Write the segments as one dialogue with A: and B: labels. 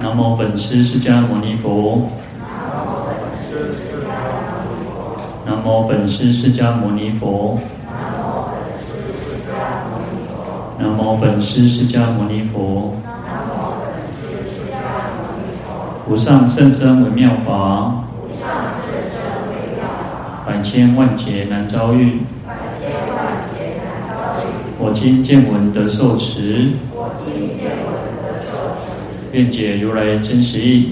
A: 南无本师释迦牟尼佛。南无本师释迦牟尼佛。南无本师释迦牟尼佛。无上甚深微妙法，百千万劫难遭遇。我今见闻得受持，愿解如来真实义。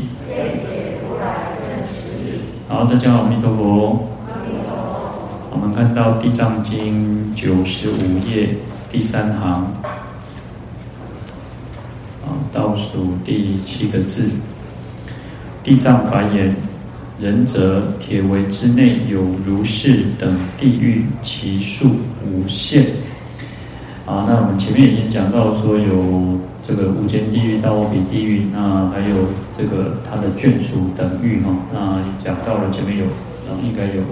A: 好，大家好，阿弥陀佛。我们看到《地藏经》95页第3行，倒数第7个字。地藏白言：仁者，铁围之内有如是等地狱，其数无限。那我们前面已经讲到说有这个无间地狱、大阿鼻地狱，那还有这个它的眷属等狱哈。那讲到了前面有应该有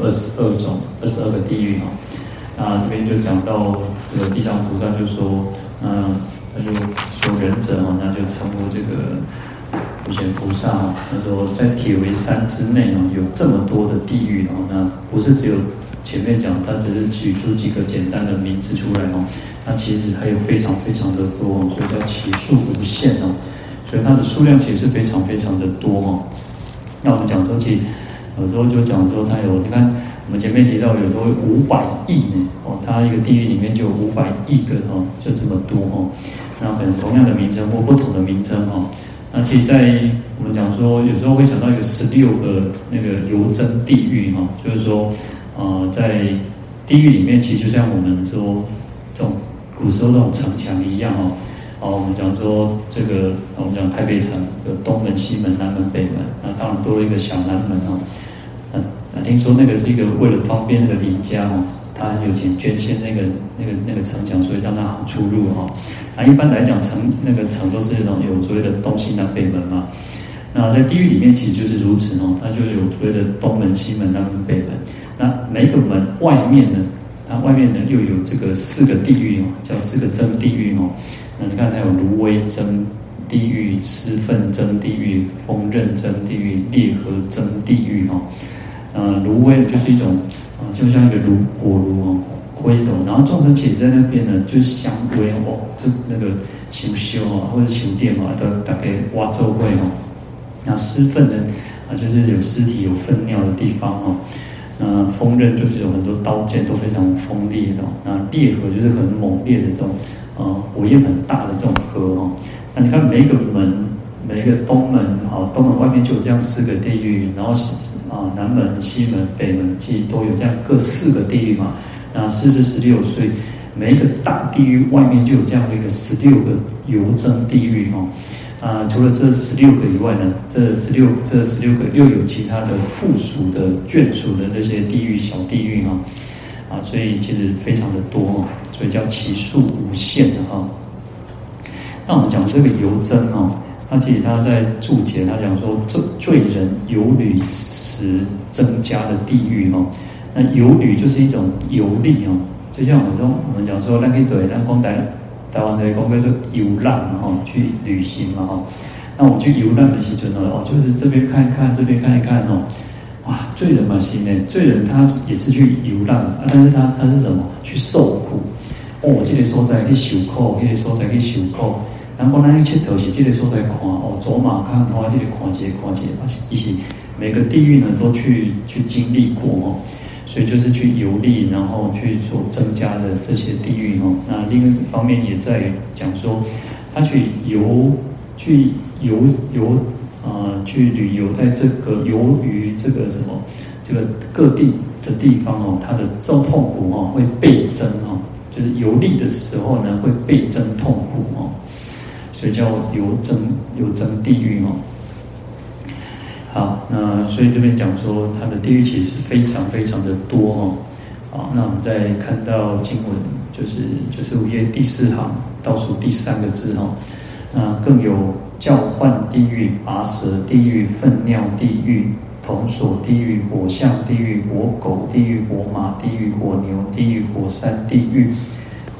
A: 22个地狱哈。那这边就讲到这个地藏菩萨就说，他就说仁者哈，那就称呼这个普贤菩萨哈，他说在铁围山之内有这么多的地狱哦，那不是只有前面讲，他只是举出几个简单的名字出来哦。那其实还有非常非常的多，所以叫其数无限哦，所以它的数量其实非常非常的多哦。那我们讲说，其实有时候就讲说它有，你看我们前面提到有时候500亿呢哦，它一个地狱里面就有500亿个哦，就这么多哦。那可能同样的名称或不同的名称哦。那其实，在我们讲说，有时候会讲到一个16个那个游真地狱哈，就是说，在地狱里面，其实就像我们说这种古时候这种城墙一样我们讲说这个，我们讲台北城有东门、西门、南门、北门，那当然多了一个小南门听说那个是一个为了方便那个邻家他很有钱捐献那个城墙，所以让他好出入一般来讲那个城都是那种有所谓的东西南北门嘛。那在地狱里面其实就是如此它就有所谓的东门、西门、南门、北门。那每个门外面呢，它外面呢又有这个4个地狱叫4个真地狱那你看它有芦苇真地狱、尸粪真地狱、锋刃真地狱、烈河真地狱芦苇就是一种就像一个火炉灰斗，然后众生其实在那边呢，就是香灰就那个修修或者修殿都大概挖周会那尸粪呢就是有尸体有粪尿的地方那锋刃就是有很多刀剑都非常锋利的那烈河就是很猛烈的这种火焰很大的这种河那你看每一个门，每一个东门东门外面就有这样4个地狱，然后南门、西门、北门其实都有这样各4个地狱嘛。那4是16，所以每一个大地狱外面就有这样的一个16个游真地狱除了这16个以外呢，这16个又有其他的附属的眷属的这些地狱小地狱所以其实非常的多所以叫其数无限的那我们讲这个游真他其实他在注解，他讲说罪人游旅时增加的地狱那游旅就是一种游历就像我们讲说，咱去对咱讲台湾的讲叫做游览去旅行嘛那我们去游览的时候就是这边看一看，这边看一看哇，罪人嘛是呢，罪人他也是去游览但是他是什么？去受苦这个所在去受苦，那个所在去受苦。然后咱去佚佗是这个所在看走马看花，这个看一个，一起每个地狱呢都去经历过所以就是去游历，然后去所增加的这些地狱那另一方面也在讲说，他去旅游，在这个由于这个这个各地的地方他的受痛苦会倍增就是游历的时候呢会倍增痛苦所以叫游真地狱好，那所以这边讲说它的地狱其实是非常非常的多那我们再看到经文就是95页第4行倒数第3个字那更有叫唤地狱、拔舌地狱、粪尿地狱、铜锁地狱、火象地狱、火狗地狱、火马地狱、火牛地狱、火山地狱、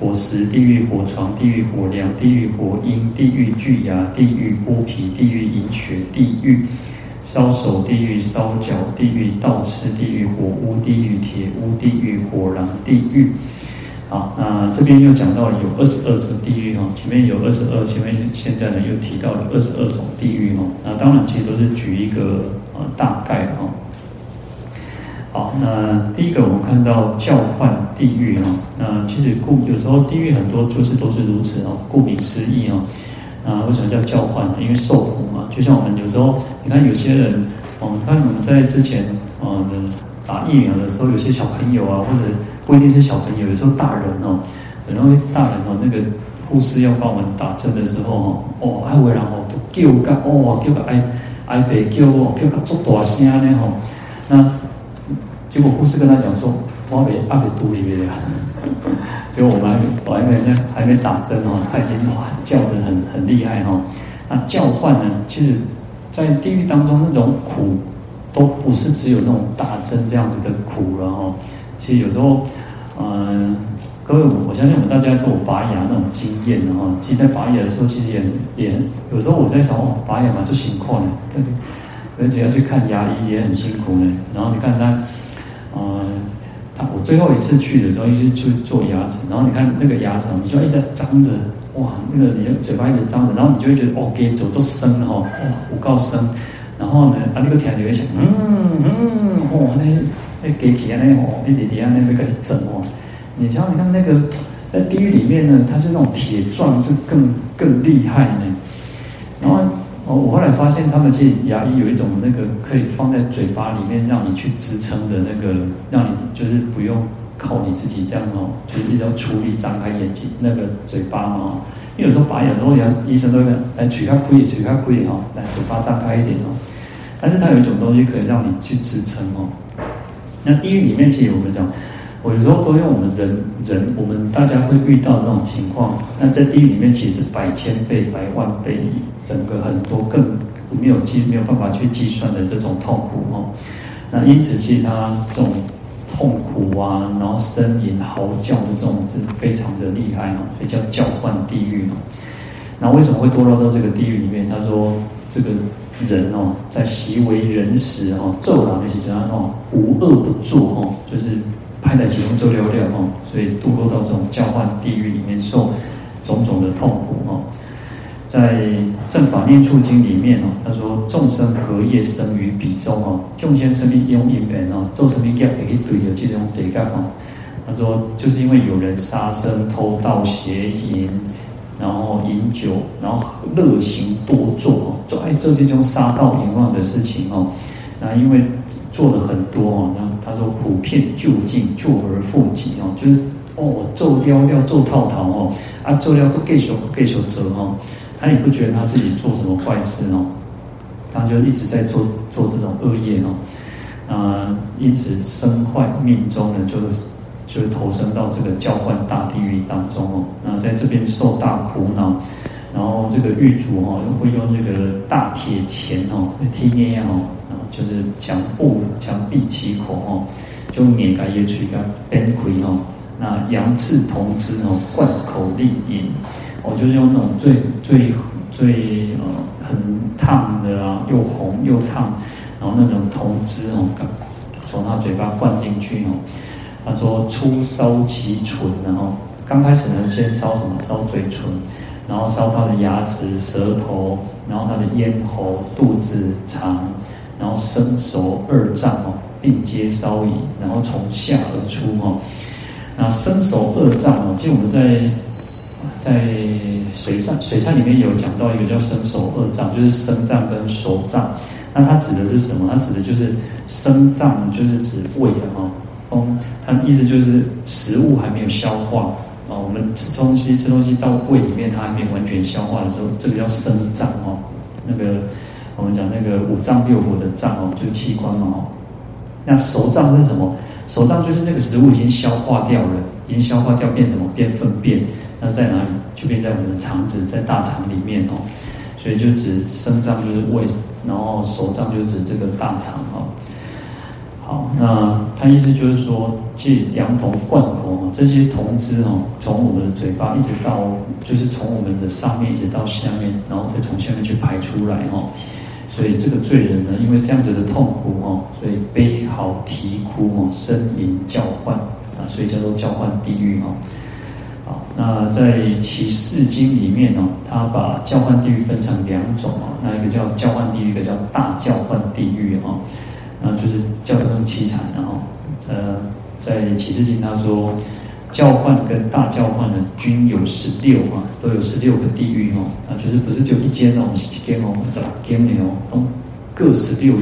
A: 火石地狱、火床地狱、火梁地狱、火鹰地狱、巨牙地狱、剥皮地狱、饮血地狱、烧手地狱、烧脚地狱、倒吃地狱、火屋地狱、铁屋地狱、火狼地狱。好，那这边又讲到有22种地狱哦，前面有22，前面现在呢又提到了22种地狱哦。那当然其实都是举一个大概哦。好，那第一个我们看到叫唤地狱哦，那其实有时候地狱很多都是如此哦，顾名思义哦。那为什么叫叫唤呢？因为受苦嘛，就像我们有时候，你看有些人，看我们在之前打疫苗的时候，有些小朋友啊，或者不一定是小朋友，有时候大人哦，很容易大人哦，那个护士要帮我们打针的时候哦，还会然后都叫个叫个哀悲叫个做大声呢吼，那结果护士跟他讲说，我没肚里面的，结果我还没打针哦，他已经叫得很厉害哦。那叫唤呢，其实在地狱当中那种苦。都不是只有那种打针这样子的苦了哈，其实有时候，各位，我相信我们大家都有拔牙那种经验的哈。其实，在拔牙的时候，其实也有时候我在想，拔牙嘛就辛苦呢，对，而且要去看牙医也很辛苦呢。然后你看他，我最后一次去的时候，因为去做牙齿，然后你看那个牙齿，你就一直张着，哇，那个你的嘴巴一直张着，然后你就会觉得给走都生了哈，哇，有够生。然后呢，那个听就会想，那给起啊那那弟弟啊那个整哦，你像你看那个在地狱里面呢，它是那种铁钻，是更厉害呢。然后我后来发现，他们其实牙医有一种那个可以放在嘴巴里面让你去支撑的那个，让你就是不用靠你自己这样哦，就是一直要出力张开眼睛那个嘴巴嘛。因为有时候拔牙的时候，医生都会来取下亏哈，来嘴巴张开一点哦。但是它有一种东西可以让你去支撑哦。那地狱里面其实我们讲，我有时候都用我们人我们大家会遇到的那种情况。那在地狱里面其实是百千倍、百万倍，整个很多更没有办法去计算的这种痛苦哦。那因此其实它这种痛苦啊，然后呻吟嚎叫的这种是非常的厉害哦，所以叫叫唤地狱哦。那为什么会堕落到这个地狱里面？他说这个人哦，在习为人时哦，做人的时候无恶不作哦，就是拍在其中做了哦，所以堕落到这种叫唤地狱里面，受种种的痛苦哦。在《正法念处经》里面哦，他说众生何业生于彼中哦，众生生命用因缘哦，做生命业可以对的这种得干哦。他说就是因为有人杀生、偷盗、邪淫。然后饮酒，然后乐行多做哦，就爱做这种杀盗淫妄的事情哦。那因为做了很多哦，那他说普遍就近，救而复己哦，就是做了做套套哦，做了都继续做哦，他也不觉得他自己做什么坏事哦，他就一直在做这种恶业哦，因此身坏命中呢就投生到这个叫唤大地狱当中哦，那在这边受大苦恼，然后这个狱主哦会用这个大铁钳哦，踢捏哦，就是强闭其口哦，就捏开也嘴个边开哦，那羊刺铜枝哦，灌口令饮，就是用那种最很烫的啊，又红又烫，然后那种铜枝哦，从他嘴巴灌进去哦。他说初烧其唇，然后刚开始呢，先烧什么？烧嘴唇，然后烧他的牙齿、舌头，然后他的咽喉、肚子、肠，然后身手二脏哦，并皆烧矣，然后从下而出哦。那身手二脏哦，其实我们在水忏里面有讲到一个叫身手二脏，就是身脏跟手脏。那它指的是什么？它指的就是身脏，就是指胃的哦。它意思就是食物还没有消化啊，我们吃东西到胃里面，它还没有完全消化的时候，这个叫身脏哦。那个我们讲那个五脏六腑的脏哦，就是器官嘛哦。那熟脏是什么？熟脏就是那个食物已经消化掉了，已经消化掉变什么？变粪便。那在哪里？就变在我们的肠子，在大肠里面哦。所以就指身脏就是胃，然后熟脏就指这个大肠哦。 好，那他意思就是说，借两筒灌口这些铜汁从我们的嘴巴一直到，就是从我们的上面一直到下面，然后再从下面去排出来所以这个罪人呢，因为这样子的痛苦所以悲嚎啼哭呻吟叫唤所以叫做叫唤地狱好，那在《启示经》里面他把叫唤地狱分成两种那一个叫叫唤地狱，一个叫大叫唤地狱那就是叫得更凄惨在《启示经》他说，叫唤跟大叫唤呢，均有16都有16个地狱就是不是就一间不是一间16间的各16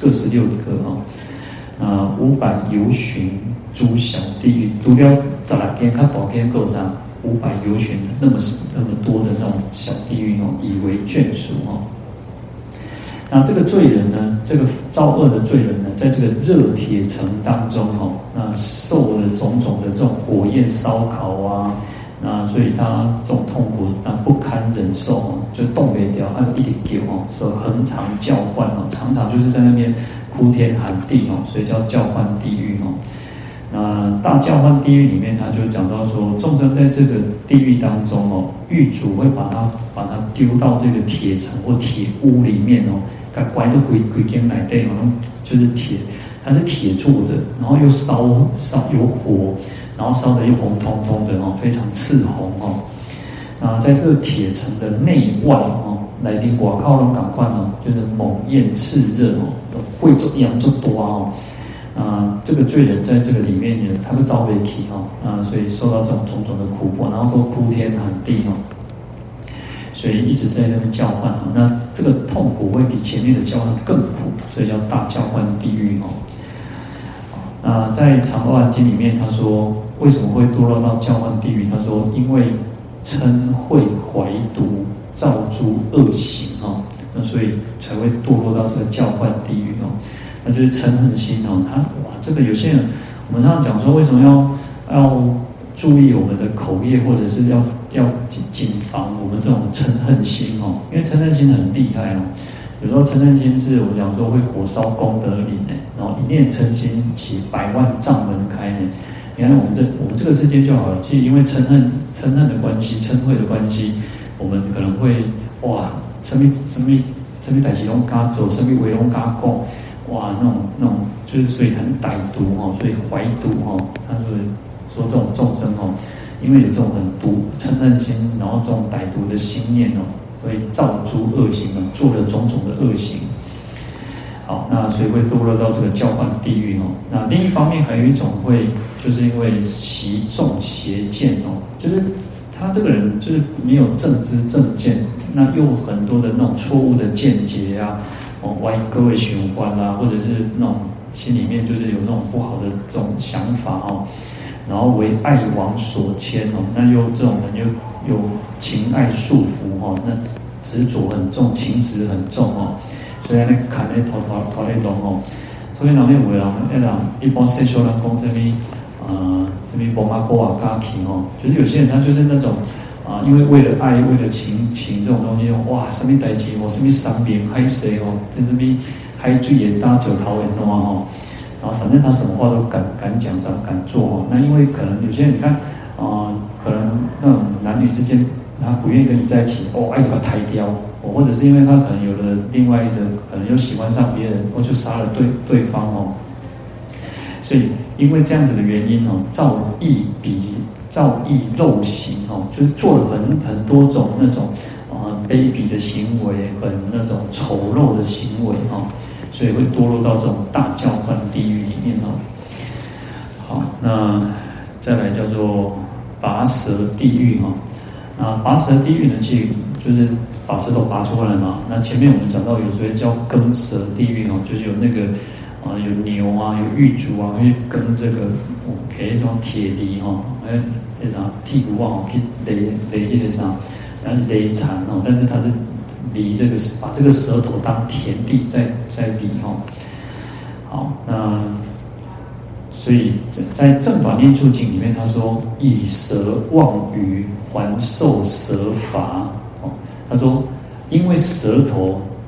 A: 个500由旬诸小地狱，除了16间较大间够上500由旬那么多的那种小地狱以为眷属那这个罪人呢，这个造恶的罪人呢，在这个热铁城当中那受了种种的这种火焰烧烤那所以他这种痛苦那不堪忍受就动不了，一直叫所以恒常叫唤常常就是在那边哭天喊地所以叫叫唤地狱那大叫唤地狱里面，他就讲到说，众生在这个地狱当中狱主会把他丢到这个铁城或铁屋里面拐到鬼间来对就是铁，它是铁做的，然后又烧有火，然后烧得又红彤彤的非常赤红那在这个铁城的内外来宾外靠拢赶快就是猛焰炽热会做扬做多这个罪人在这个里面呢，他不遭为体所以受到这种种种的苦迫，然后都哭天喊地所以一直在那边叫唤那这个痛苦会比前面的叫唤更苦，所以叫大叫唤地狱那在《长阿含经》里面，他说为什么会堕落到叫唤地狱？他说因为嗔恚怀毒造诸恶行那所以才会堕落到这个叫唤地狱那就是嗔恨心这个有些人我们常常讲说，为什么要注意我们的口业，或者是要谨防我们这种嗔恨心因为嗔恨心很厉害有时候嗔恨心是我们讲说会火烧功德林然后一念嗔心起100万障门开你看我们这个世界就好了，其实因为嗔恨的关系，嗔恚的关系，我们可能会什么代志拢敢做，什么话拢敢讲那种就是所以很歹毒所以怀毒他就说这种众生因为有这种很毒嗔恨心，然后这种歹毒的心念会造诸恶行做了种种的恶行好，那所以会堕落到这个叫唤地狱那另一方面还有一种会就是因为习众邪见就是他这个人就是没有正知正见，那又有很多的那种错误的见解歪各位循环或者是那种心里面就是有那种不好的这种想法然后为爱王所牵那又这种人又有情爱束缚那执着很重，情执很重所以那看那头咧弄所以人咧有的人一般世俗人讲什么无马哥加气就是有些人他就是那种因为为了爱，为了情这种东西什么代志什么三明海蛇在这边海水也大酒头也弄然后反正他什么话都敢讲，敢做那因为可能有些人你看可能那种男女之间他不愿意跟你在一起爱把他抬掉或者是因为他可能有了另外的可能又喜欢上别人就杀了对方所以因为这样子的原因造诣陋行就是做了很多种那种卑鄙的行为，很那种丑陋的行为所以会堕落到这种大叫唤地狱里面好，那再来叫做拔舌地狱那拔舌地狱呢，其实就是把舌头拔出来嘛。那前面我们讲到有时候叫耕舌地狱就是有那个有牛有狱卒去耕这个给那种铁犁那种剔骨去犁这个啥，然后犁蚕但是它是犁这个把这个舌头当田地在犁好，那所以在正法念处经里面，他说以舌妄语还受舌罚他说因为舌头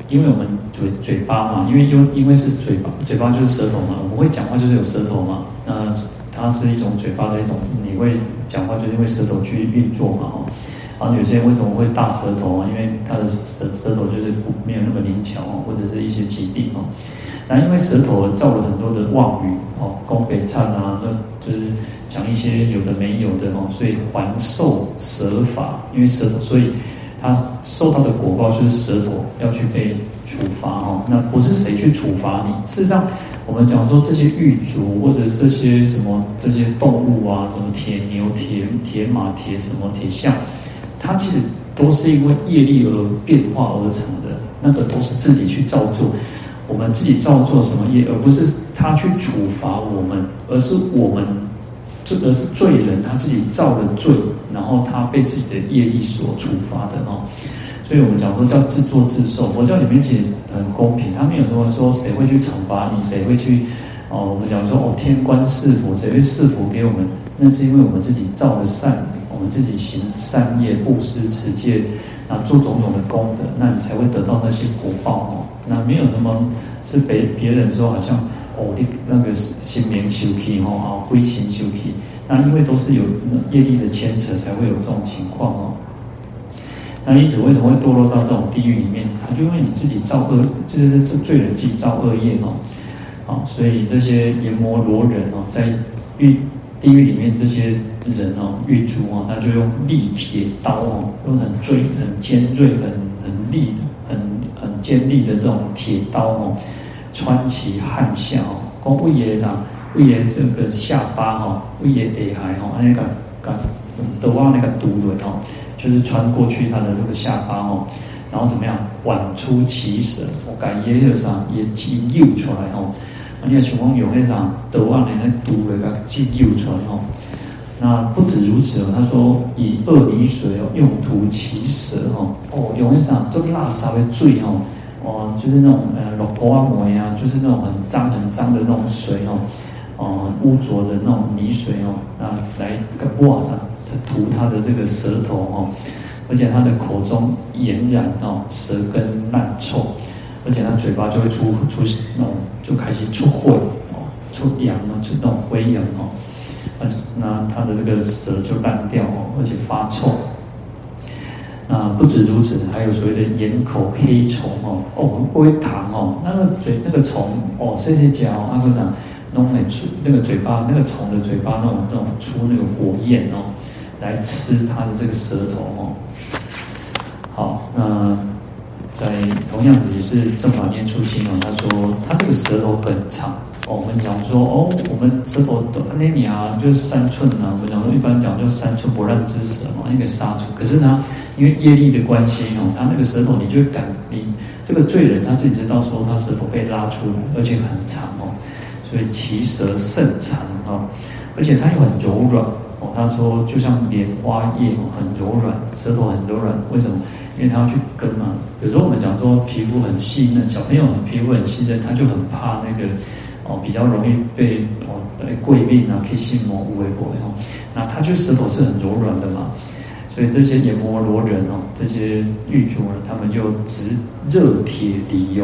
A: 因为我们嘴巴嘛，因为是嘴巴就是舌头嘛，我们会讲话就是有舌头嘛，那它是一种嘴巴的一种，你会讲话就是因为舌头去运作嘛，然后有些人为什么会大舌头啊？因为他的舌头就是没有那么灵巧或者是一些疾病那因为舌头造了很多的妄语宫北灿啊，那就是讲一些有的没有的所以还受舌法，因为舌头，所以他受到的果报就是舌头要去被处罚那不是谁去处罚你。事实上，我们讲说这些狱卒或者这些什么这些动物啊，什么铁牛、铁马、铁什么铁象，它其实都是因为业力而变化而成的，那个都是自己去造作。我们自己造作什么业，而不是他去处罚我们，而是罪人他自己造的罪，然后他被自己的业力所处罚的所以我们讲说叫自作自受。佛教里面其实很公平，他没有说谁会去惩罚你，谁会去我们讲说天官赐福，谁会赐福给我们？那是因为我们自己造的善，我们自己行善业、布施、持戒做种种的功德，那你才会得到那些果报那没有什么是别人说好像你那个心灵修起归心修起，那因为都是有业力的牵扯，才会有这种情况那因此为什么会堕落到这种地狱里面？他就因为你自己造恶，就是这罪人自己造恶业所以这些阎摩罗人在地狱里面这些人狱卒他就用利铁刀用很尖锐、很利、很尖利的这种铁刀穿其汗下讲为爷这个下巴为爷下海那个刀那个毒轮就是穿过去他的这个下巴然后怎么样剜出其舌，我感觉那啥也挤诱出来你看想讲用那啥刀的那毒的给挤诱出来那不止如此他说以恶泥水用涂其舌用那啥做垃圾的水就是那种落锅啊馍呀，就是那种很脏的那种水污浊的那种泥水来哇塞涂他的这个舌头而且他的口中炎染舌根烂臭，而且他嘴巴就会出那种就开始出秽出癢出那种灰癢那他的这个舌就烂掉而且发臭。不止如此，还有所谓的眼口黑虫龟糖那个虫这些脚个讲弄来出那个嘴巴那个虫的嘴巴那种出那个火焰来吃它的这个舌头好，那在同样子也是正法念处心他说他这个舌头很长我们讲说我们舌头那你就是3寸我们讲说一般讲就3寸不烂之舌那个杀出，可是呢因为业力的关系他那个舌头你就会你这个罪人他自己知道说他舌头被拉出来，而且很长所以其舌甚长而且它又很柔软他说就像莲花叶很柔软，舌头很柔软，为什么？因为他要去根嘛。有时候我们讲说皮肤很细嫩，小朋友皮肤很细嫩，他就很怕那个比较容易被贵病去心魔无为果那他就舌头是很柔软的嘛。所以这些阎摩罗人这些狱卒人，他们就执热铁犁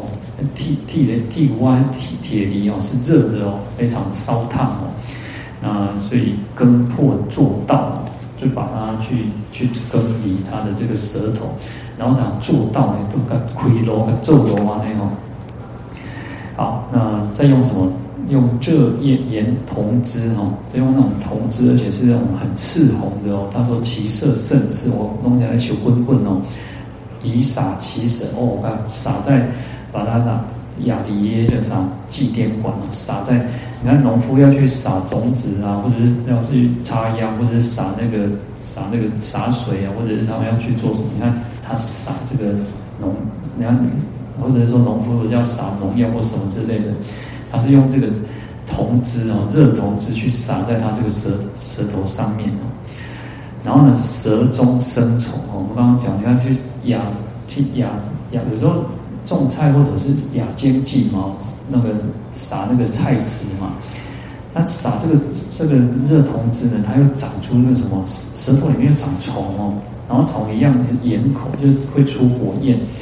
A: 铁犁是热的非常烧烫所以根破做道就把它去根离他的这个舌头，然后他做道都给亏罗给皱罗那种。好，那再用什么？用这盐铜汁再用那种铜汁，而且是那种很赤红的他说其色甚赤，我弄起来球棍棍以洒其舌我把它洒在把它亚迪耶就上祭奠馆撒在，你看农夫要去撒种子或者是要去插秧，或者是撒那个洒水或者是他们要去做什么？你看他撒这个你看或者是说农夫要撒农药或什么之类的，他是用这个铜汁热铜汁去撒在他这个舌头上面然后呢，舌中生虫我们刚刚讲，你看去压，有时候种菜或者是压尖剂那个撒那个菜籽那撒这个热铜汁呢，它又长出那个什么，舌头里面又长虫然后虫一样眼口就会出火焰，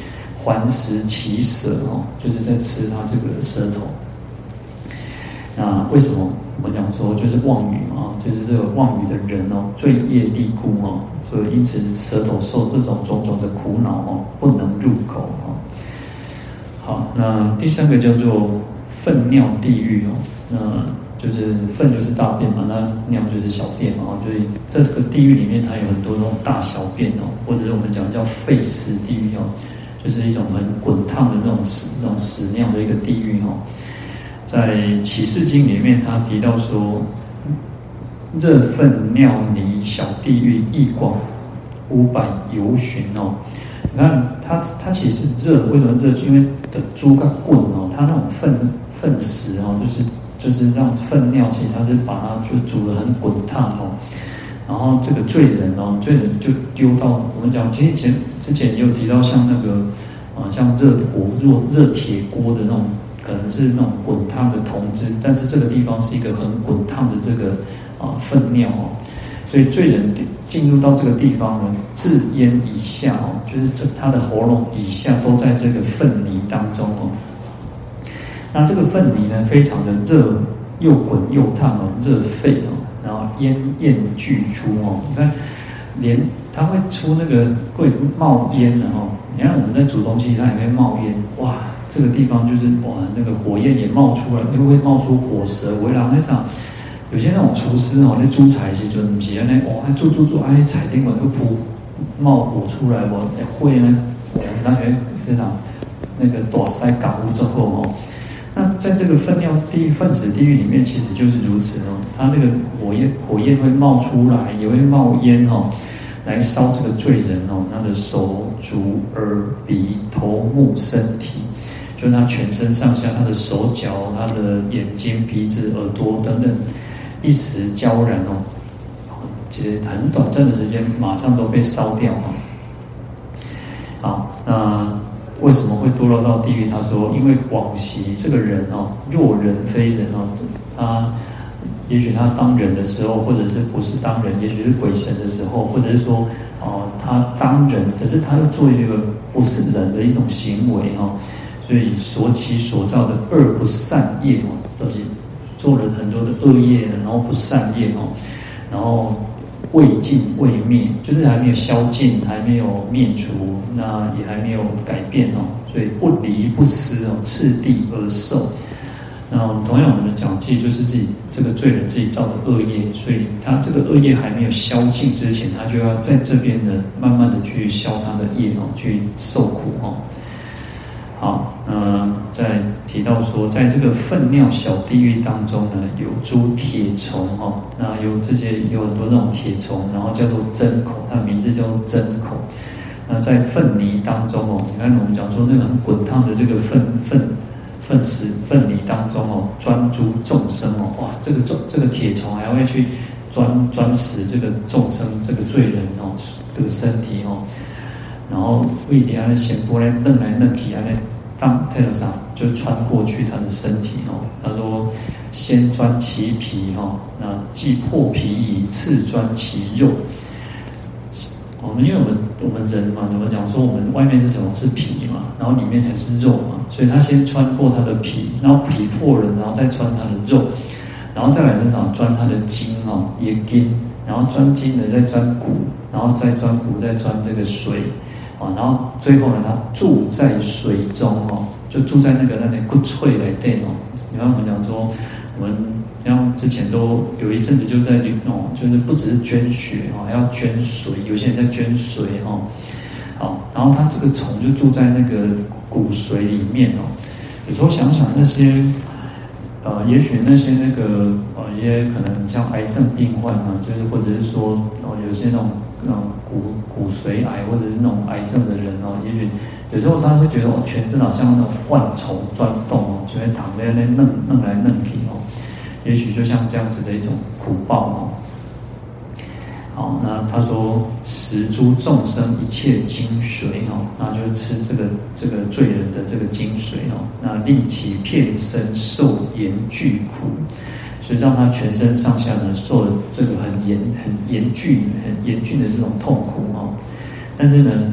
A: 环食其舌哦，就是在吃他这个舌头。那为什么我们讲说就是妄语啊？就是这个妄语的人哦，罪业力孤哦，所以因此舌头受这种种种的苦恼哦，不能入口哦。好，那第三个叫做粪尿地狱哦，那就是粪就是大便嘛，那尿就是小便嘛，所以这个地狱里面它有很多那种大小便哦，或者是我们讲叫沸屎地狱哦，就是一种很滚烫的那种屎尿的一个地狱哦。在启示经里面，他提到说，热粪尿泥小地狱一广500由旬哦。你看它其实是热，为什么热？因为的猪跟棍哦，它那种粪屎哦，就是让粪尿，其实它是把它就煮得很滚烫哦。然后这个罪人就丢到我们讲，其实之前也有提到，像那个像热铁锅的那种。可能是那种滚烫的铜汁，但是这个地方是一个很滚烫的这个粪尿哦，所以罪人进入到这个地方呢，自咽以下哦，就是他的喉咙以下都在这个粪泥当中哦。那这个粪泥呢，非常的热，又滚又烫哦，热沸哦，然后烟俱出哦。你看，连它会出那个会冒烟的哦。你看我们在煮东西，它也会冒烟，哇！这个地方就是哇，那个火焰也冒出来，又会冒出火舌。为了那场，有些那种厨师哦，那煮菜时阵不是安尼，哦，煮，哎，菜顶管都冒火出来，我会呢，那些是那个大塞港屋之后哦，那在这个粪尿地狱、粪屎地狱里面，其实就是如此哦。它那个火焰会冒出来，也会冒烟哦，来烧这个罪人哦，他的手、足、耳、鼻、头、目、身体。就是他全身上下，他的手脚、他的眼睛、鼻子、耳朵等等，一时焦燃哦，其实很短暂的时间，马上都被烧掉哦。好，那为什么会堕落到地狱？他说，因为往昔这个人哦，若人非人哦，他也许他当人的时候，或者是不是当人，也许是鬼神的时候，或者是说他当人，可是他又做一个不是人的一种行为哦。所以所起所造的恶不善业哦，都是做了很多的恶业，然后不善业哦，然后未尽未灭，就是还没有消尽，还没有灭除，那也还没有改变哦，所以不离不失哦，次第而受。那同样我们讲，其实就是自己这个罪人自己造的恶业，所以他这个恶业还没有消尽之前，他就要在这边呢，慢慢的去消他的业哦，去受苦哦。好，再提到说，在这个粪尿小地狱当中呢，有诸铁虫哦，那有很多那种铁虫，然后叫做针口，它的名字叫做针口。那在粪泥当中哦，你看我们讲说那个很滚烫的这个粪泥当中哦，钻诸众生哦，哇，这个铁虫还会去钻死这个众生这个罪人哦，这个身体哦。然后胃底安的咸波呢，嫩来嫩去安的，当泰勒上就穿过去他的身体哦。他说：先钻其皮哈，那既破皮矣，次钻其肉。因为我们人嘛，我们讲说我们外面是什么？是皮嘛，然后里面才是肉嘛，所以他先穿过他的皮，然后皮破了，然后再穿他的肉，然后再来钻他的筋哦，也筋，然后钻筋的再钻骨，然后再钻骨，再钻这个髓。然后最后呢，他住在水中哦，就住在那个骨髓来对哦。你看我们讲说，我们像之前都有一阵子就在就是不只是捐血哦，还要捐髓，有些人在捐髓哦。好，然后他这个虫就住在那个骨髓里面哦。有时候想想那些也许那些一些可能像癌症病患啊，就是或者是说有些那种骨髓癌或者是那种癌症的人哦，也许有时候他会觉得全身好像那种万虫钻洞哦，就会躺在那弄来弄去哦，也许就像这样子的一种苦报哦。好，那他说食诸众生一切精髓哦，那就是吃这个罪人的这个精髓哦，那令其遍身受严具苦。所以让他全身上下呢受了这个很严峻的这种痛苦哦。但是呢，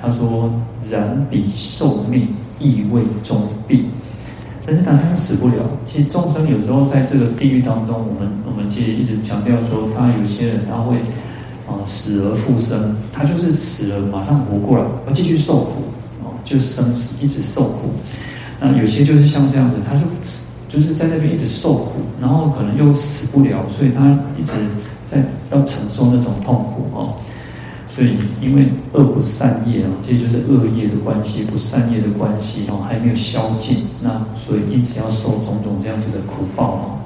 A: 他说然彼寿命亦未终毕，但是他又死不了。其实众生有时候在这个地狱当中，我们其实一直强调说，他有些人他会死而复生，他就是死了马上活过来，要继续受苦就生死一直受苦。那有些就是像这样子，他就是在那边一直受苦，然后可能又死不了，所以他一直在要承受那种痛苦所以因为恶不善业这就是恶业的关系，不善业的关系还没有消尽，那所以因此要受种种这样子的苦报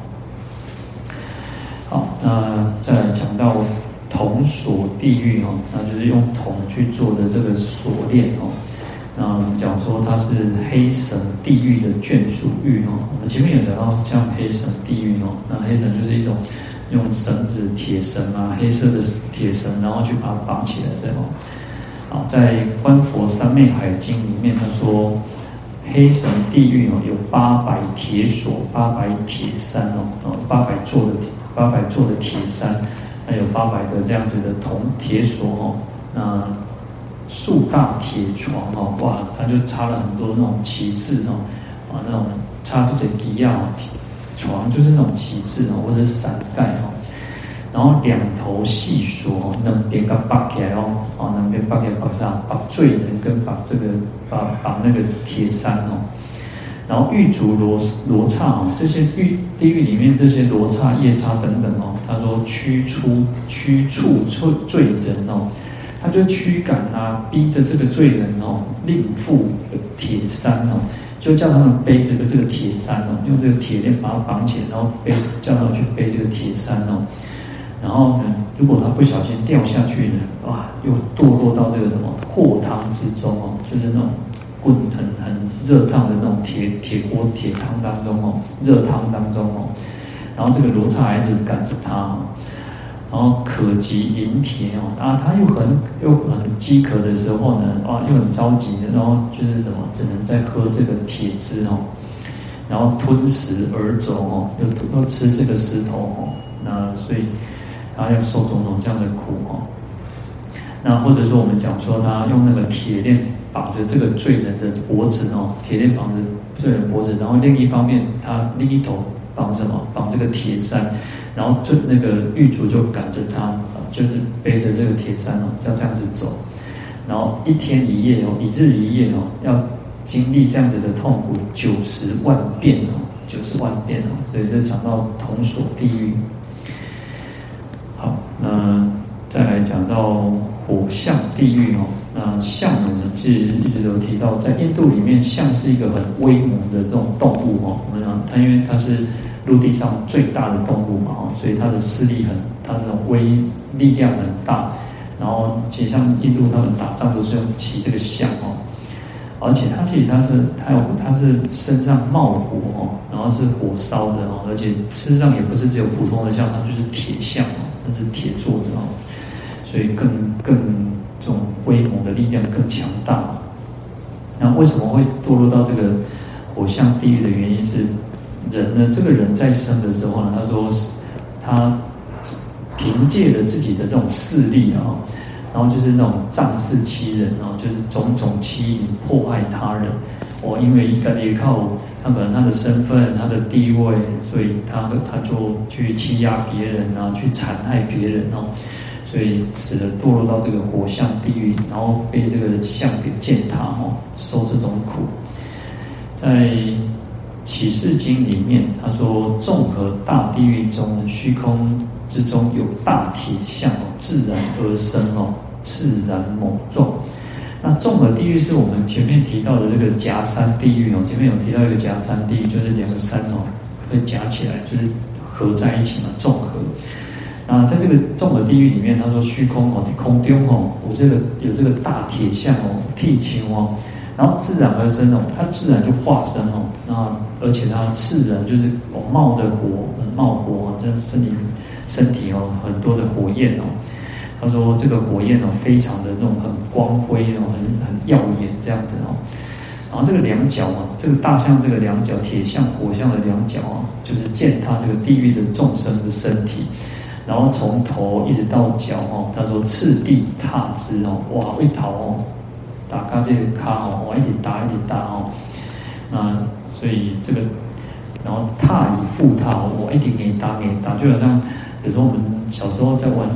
A: 好，那再来讲到铜锁地狱那就是用铜去做的这个锁链那我们讲说它是黑绳地狱的眷属狱我们前面有讲到像黑绳地狱那黑绳就是一种用绳子、铁绳黑色的铁绳，然后去把它绑起来的在《观佛三昧海经》里面，他说黑绳地狱有800铁锁、800铁山800座的铁山，还有800个这样子的铜铁锁那数大铁床哇，他就插了很多那种旗帜那种插这些旗床就是那种旗帜或者是伞盖然后2头细锁两边给绑起来两边绑起来绑上绑罪人跟绑绑那个铁山然后狱卒罗刹这些地狱里面这些罗刹夜叉等等他说驱促罪人他就驱赶逼着这个罪人令负铁山就叫他们背这个铁山用这个铁链把它绑起来，然后叫他们去背这个铁山然后呢，如果他不小心掉下去呢，哇，又堕落到这个什么火汤之中就是那种很热烫的那种铁锅铁汤当中热汤当中然后这个罗刹还一直赶着他然后渴极饮铁他又很饥渴的时候呢，又很着急的，然后就是只能再喝这个铁汁然后吞食而走又吃这个石头那所以他要受种种这样的苦那或者说我们讲说他用那个铁链绑着这个罪人的脖子铁链绑着罪人脖子，然后另一方面他另一头绑什么？绑这个铁山。然后那个狱卒就赶着他，就是背着这个铁山要这样子走，然后1天1夜1日1夜要经历这样子的痛苦90万遍90万遍所以这讲到铜锁地狱。好，那再来讲到火象地狱那象呢，其实一直都提到，在印度里面，象是一个很威猛的这种动物我们讲它因为它是陆地上最大的动物嘛所以它的势力它的力量很大。然后其实像印度他们打仗都是用骑这个象而且它其实它是身上冒火然后是火烧的而且事实上也不是只有普通的象，它就是铁象它是铁做的所以更这种威猛的力量更强大。那为什么会堕落到这个火象地狱的原因是？人呢，这个人在生的时候呢，他说他凭借着自己的这种势力然后就是那种仗势欺人就是种种欺凌迫害他人因为一个也靠他可能他的身份他的地位，所以他就去欺压别人去残害别人所以使得堕落到这个火象地狱，然后被这个象给践踏受这种苦。在启示经里面，他说综合大地狱中，虚空之中有大铁象自然而生自然猛壮。那综合地狱是我们前面提到的这个夹山地狱前面有提到一个夹山地狱，就是2个山会夹起来，就是合在一起综合。那在这个综合地狱里面，他说虚空空中有这个大铁象剃青然后自然而生它自然就化身那而且它自然就是冒火这身体很多的火焰他说这个火焰非常的那种很光辉很耀眼这样子然后这个两脚这个大象这个两脚铁象火象的两脚就是践踏这个地狱的众生的身体，然后从头一直到脚他说次第踏之哇会逃打卡这个卡哦，我一直打哦，那所以这个，然后踏以复踏，我一直给打，就好像有时候我们小时候在玩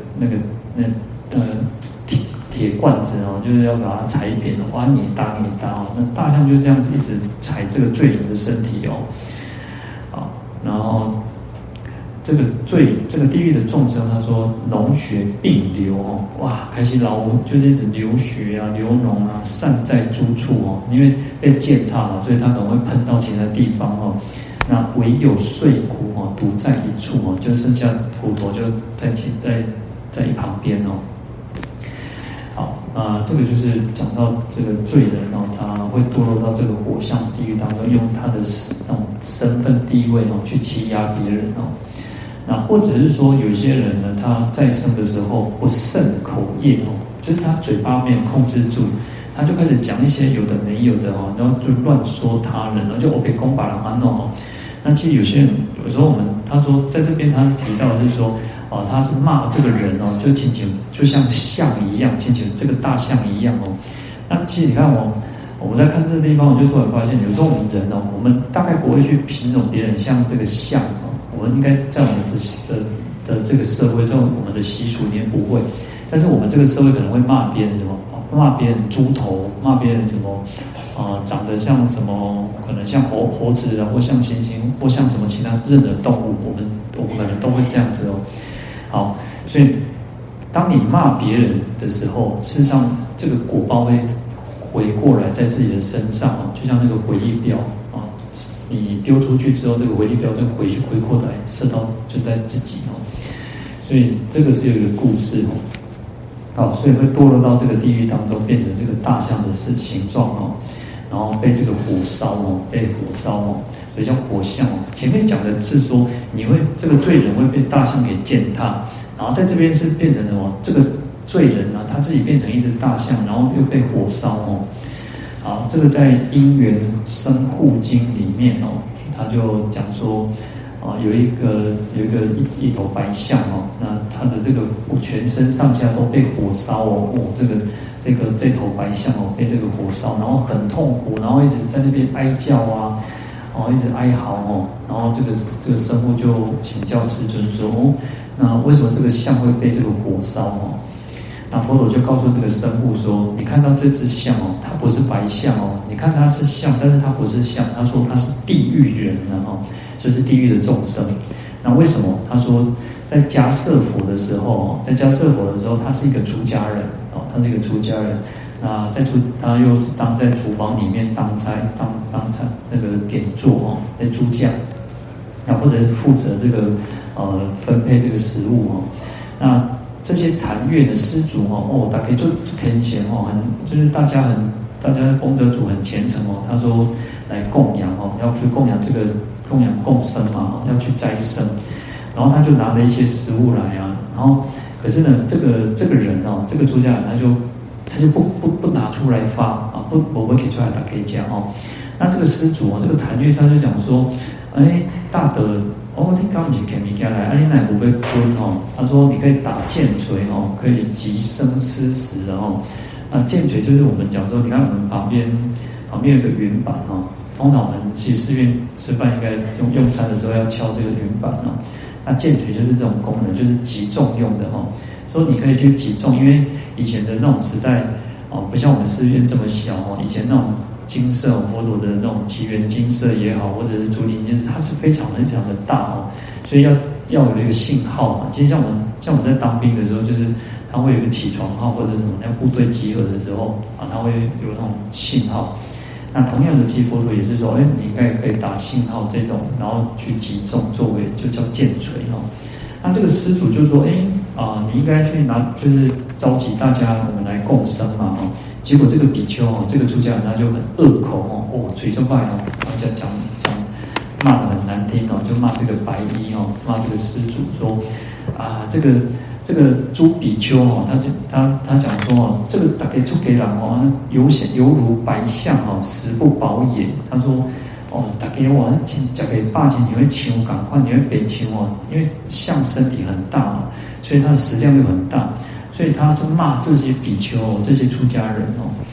A: 铁罐子哦，就是要把它踩扁哦，哇，你打哦，那大象就这样子一直踩这个罪人的身体哦，好，然后这个地狱的众生，他说脓血并流哦，哇，开始就是一直流血啊、流脓啊，散在诸处哦，因为被践踏嘛，所以他可能会喷到其他地方哦。那唯有碎骨哦，独在一处哦，就剩下骨头就在一旁边哦。好，这个就是讲到这个罪人哦，他会堕落到这个火象地狱当中，用他的那种身份地位哦去欺压别人哦。那或者是说，有些人呢，他在生的时候不慎口业哦，就是他嘴巴没有控制住，他就开始讲一些有的没有的哦，然后就乱说他人，然后就我被公把人安弄哦。那其实有些人有时候他说在这边他提到的是说，他是骂这个人哦，就亲像就像象一样，亲像这个大象一样哦。那其实你看我在看这个地方，我就突然发现，有时候我们人哦，我们大概不会去形容别人像这个象哦，我们应该在我们的这个社会，在我们的习俗里面不会，但是我们这个社会可能会骂别人什么，骂别人猪头，骂别人什么。长得像什么？可能像猴子啊，或像猩猩，或像什么其他任何动物，我们可能都会这样子哦。好，所以当你骂别人的时候，事实上这个果报会回过来在自己的身上哦，就像那个回力镖啊，你丢出去之后，这个回力镖就回过来射到就在自己哦。所以这个是有一个故事哦。好，所以会堕落到这个地狱当中，变成这个大象的形状哦。然后被这个火烧哦，所以叫火象哦。前面讲的是说，这个罪人会被大象给践踏，然后在这边是变成什么？这个罪人啊，他自己变成一只大象，然后又被火烧哦。好，这个在《因缘生护经》里面哦，他就讲说，有一头白象哦，那他的这个全身上下都被火烧哦，这头白象哦，被这个火烧，然后很痛苦，然后一直在那边哀叫啊，一直哀嚎哦，然后这个生物就请教世尊说，那为什么这个象会被这个火烧哦？那佛陀就告诉这个生物说，你看到这只象哦，它不是白象哦，你看它是象，但是它不是象，他说它是地狱人哦，就是地狱的众生。那为什么？他说在迦摄佛的时候，他是一个出家人哦，他是一个出家人。那他又是在厨房里面当差那个点做哦，在出家，那或者是负责这个分配这个食物哦。那这些坛院的施主哦，大概就很虔哦，就是大家功德主很虔诚哦。他说来供养哦，要去供养共生嘛，要去斋生。然后他就拿了一些食物来啊，然后可是呢，这个人哦，这个出家人他就不拿出来发啊，不会给出来打给讲哦。那这个施主哦，这个坛月他就讲说，大德，听刚你给你家来，你乃不被吞哦。他说你可以打剑锤哦，可以击生施食的哦。那剑锤就是我们讲说，你看我们旁边有个云板哦，通常我们去寺院吃饭应该用餐的时候要敲这个云板哦。那剑锤就是这种功能，就是击中用的哦。说你可以去击中，因为以前的那种时代哦，不像我们寺院这么小哦。以前那种金色佛陀的那种祇园金色也好，或者是竹林金色，它是非常的大哦。所以要有一个信号嘛。其实像我们在当兵的时候，就是它会有一个起床号或者什么，要部队集合的时候啊，它会有那种信号。那同样的，其实佛陀也是说，你应该可以打信号这种，然后去击中作为就叫剑锤哦。那这个施主就说，你应该去就是召集大家，我们来共生嘛哦。结果这个比丘哦，这个出家人他就很恶口哦，嘴就败哦，然后就讲骂得很难听哦，就骂这个白衣哦，骂这个施主说，这个诸比丘哦，他讲说哦，这个大概出给人哦，犹如白象哦，食不饱也。他说哦，大概我交给霸气，你会抢赶快，你会被抢哦，因为象身体很大嘛，所以它的食量又很大，所以他就骂这些比丘哦，这些出家人哦。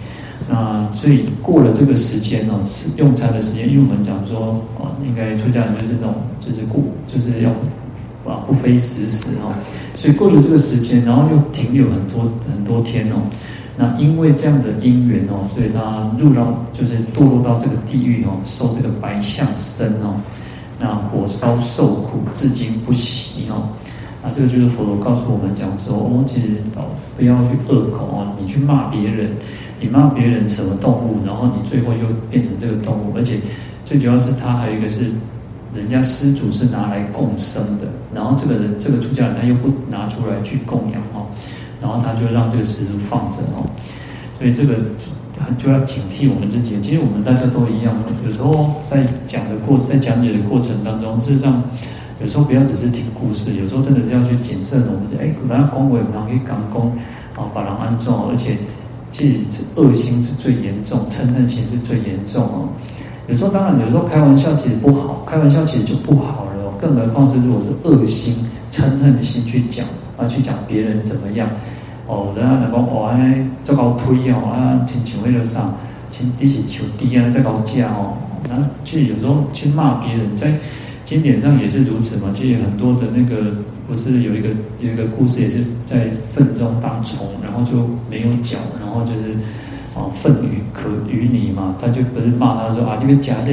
A: 那所以过了这个时间哦，是用餐的时间，因为我们讲说哦，应该出家人就是那种就是要不非时时哦，所以过了这个时间，然后又停留很多天哦。那因为这样的因缘哦，所以他就是堕落到这个地狱哦，受这个白象身哦，那火烧受苦，至今不息哦。那这个就是佛陀告诉我们讲说，哦，其实不要去恶口哦，你去骂别人，你骂别人什么动物，然后你最后又变成这个动物，而且最主要是他还有一个是，人家施主是拿来供生的，然后这个出家人他又不拿出来去供养哦，然后他就让这个施主放着哦，所以这个就要警惕我们自己。其实我们大家都一样，有时候在讲解的过程当中，事实上。有时候不要只是听故事，有时候真的是要去检测我们这人家恭维，然后去讲功啊，把人安重，而且其实恶心是最严重，嗔恨心是最严重哦。有时候当然有时候开玩笑其实不好，开玩笑其实就不好了哦，更何况是如果是恶心、嗔恨心去讲别人怎么样哦，人家能讲哦，这高推哦啊，请为了啥，请你是求低啊，这高价哦，那其实有时候去骂别人在。经典上也是如此嘛，其实很多的那个不是有一个故事，也是在粪中当虫，然后就没有脚，然后就是粪可与你嘛，他就不是骂他说啊，你们假的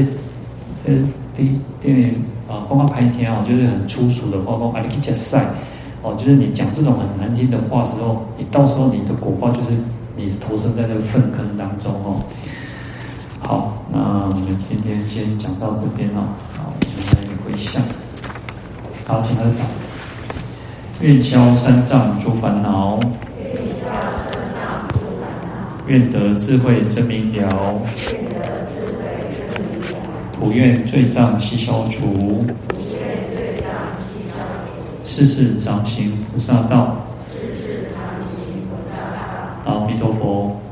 A: 光拍天哦，就是很粗俗的话，说啊你去假晒哦，就是你讲这种很难听的话时候，你到时候你的果报就是你投身在这个粪坑当中哦。好，那我们今天先讲到这边哦。好，我们来回向。好，请合掌。愿消三障诸烦恼，愿得智慧真明了，普愿罪障悉消除，世世常行菩萨道。阿弥陀佛。